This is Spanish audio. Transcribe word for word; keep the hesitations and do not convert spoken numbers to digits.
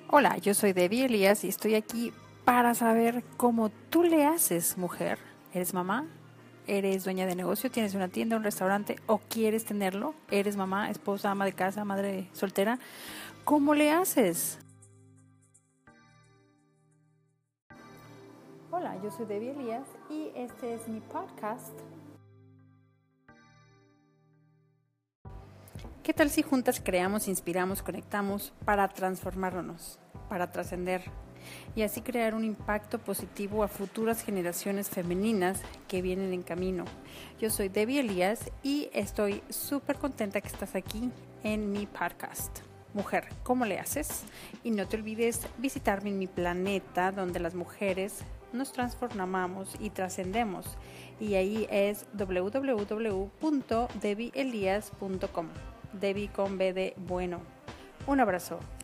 Hola, yo soy Debbie Elías y estoy aquí para saber cómo tú le haces, mujer. ¿Eres mamá? ¿Eres dueña de negocio? ¿Tienes una tienda, un restaurante o quieres tenerlo? ¿Eres mamá, esposa, ama de casa, madre soltera? ¿Cómo le haces? Hola, yo soy Debbie Elías y este es mi podcast. ¿Qué tal si juntas creamos, inspiramos, conectamos para transformarnos, para trascender y así crear un impacto positivo a futuras generaciones femeninas que vienen en camino? Yo soy Debbie Elías y estoy súper contenta que estás aquí en mi podcast. Mujer, ¿cómo le haces? Y no te olvides visitarme en mi planeta donde las mujeres nos transformamos y trascendemos. Y ahí es w w w punto debbie elias punto com. Debbie con B de bueno. Un abrazo.